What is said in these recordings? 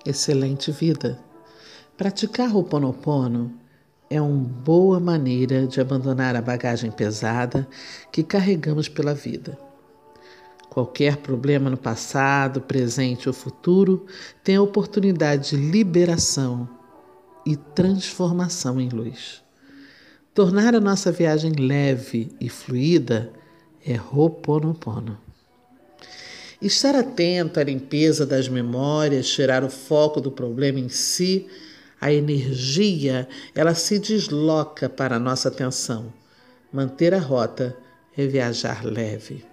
excelente vida. Praticar Ho'oponopono é uma boa maneira de abandonar a bagagem pesada que carregamos pela vida. Qualquer problema no passado, presente ou futuro tem a oportunidade de liberação e transformação em luz. Tornar a nossa viagem leve e fluida é Ho'oponopono. Estar atento à limpeza das memórias, tirar o foco do problema em si, a energia, ela se desloca para a nossa atenção. Manter a rota é viajar leve.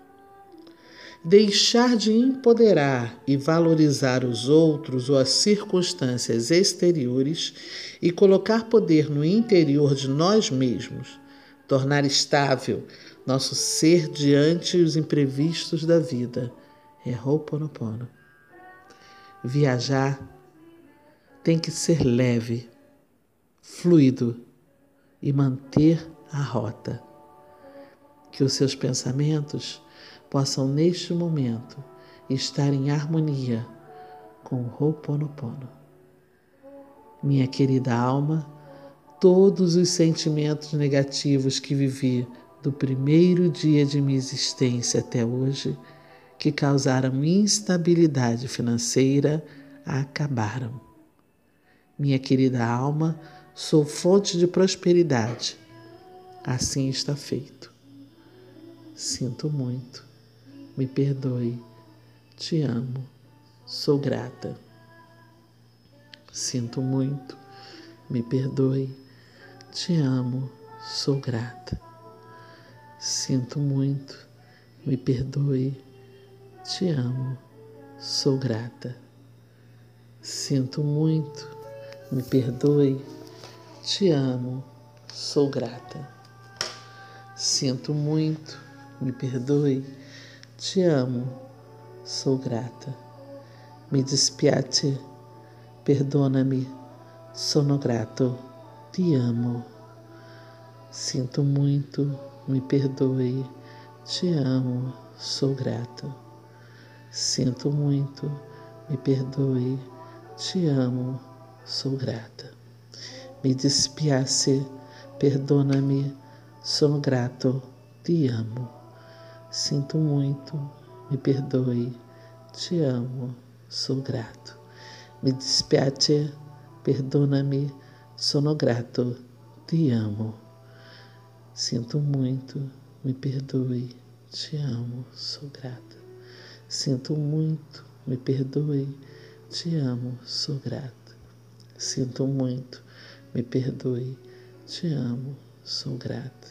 Deixar de empoderar e valorizar os outros ou as circunstâncias exteriores e colocar poder no interior de nós mesmos. Tornar estável nosso ser diante os imprevistos da vida é Ho'oponopono. Viajar tem que ser leve, fluido e manter a rota. Que os seus pensamentos possam, neste momento, estar em harmonia com o Ho'oponopono. Minha querida alma, todos os sentimentos negativos que vivi do primeiro dia de minha existência até hoje, que causaram instabilidade financeira, acabaram. Minha querida alma, sou fonte de prosperidade. Assim está feito. Sinto muito. Me perdoe. Te amo. Sou grata. Sinto muito. Me perdoe. Te amo. Sou grata. Sinto muito. Me perdoe. Te amo. Sou grata. Sinto muito. Me perdoe. Te amo. Sou grata. Sinto muito. Me perdoe. Te amo. Sou grata. Mi dispiace. Perdona-me. Sono grato. Te amo. Sinto muito. Me perdoe. Te amo. Sou grato. Sinto muito. Me perdoe. Te amo. Sou grata. Mi dispiace. Perdona-me. Sono grato. Te amo. Sinto muito. Me perdoe. Te amo. Sou grato. Mi dispiace. Perdona-me. Sono grato. Te amo. Sinto muito. Me perdoe. Te amo. Sou grata. Sinto muito. Me perdoe. Te amo. Sou grata. Sinto muito. Me perdoe. Te amo. Sou grata.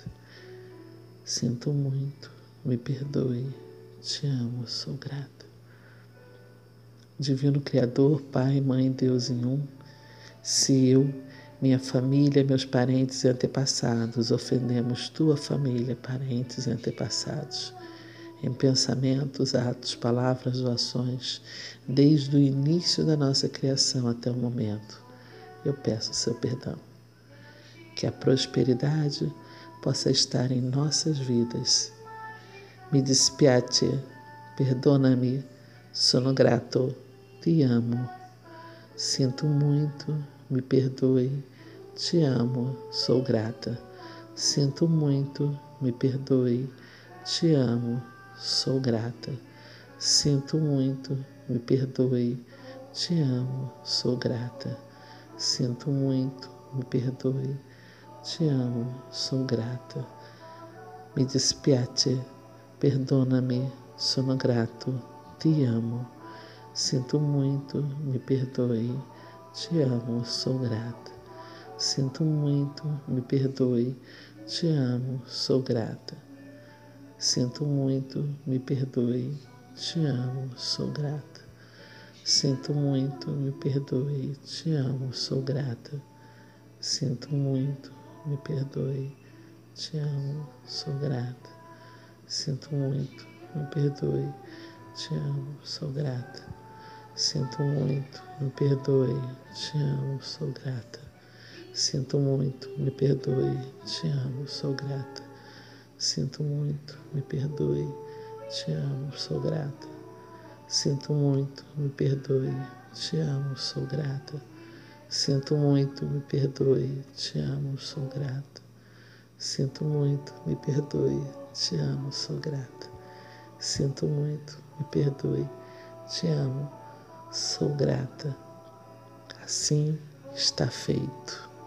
Sinto muito. Me perdoe. Te amo. Sou grata. Divino Criador, Pai, Mãe, Deus em um, se eu, minha família, meus parentes e antepassados ofendemos tua família, parentes e antepassados, em pensamentos, atos, palavras ou ações, desde o início da nossa criação até o momento, eu peço seu perdão. Que a prosperidade possa estar em nossas vidas. Mi dispiace, perdona-me, sono grato, te amo. Sinto muito, me perdoe, te amo, sou grata. Sinto muito, me perdoe, te amo, sou grata. Sinto muito, me perdoe, te amo, sou grata. Sinto muito, me perdoe, te amo, sou grata. Mi dispiace, perdona-me, sono grato, te amo. Sinto muito, me perdoe, te amo, sou grata. Sinto muito, me perdoe, te amo, sou grata. Sinto muito, me perdoe, te amo, sou grata. Sinto muito, me perdoe, te amo, sou grata. Sinto muito, me perdoe, te amo, sou grata. Sinto muito, me perdoe, te amo, sou grata. Sinto muito, me perdoe, te amo, sou grata. Sinto muito, me perdoe, te amo, sou grata. Sinto muito, me perdoe, te amo, sou grata. Sinto muito, me perdoe, te amo, sou grata. Sinto muito, me perdoe, te amo, sou grata. Sinto muito, me perdoe, te amo, sou grata. Sinto muito, me perdoe, te amo, sou grata. Assim está feito.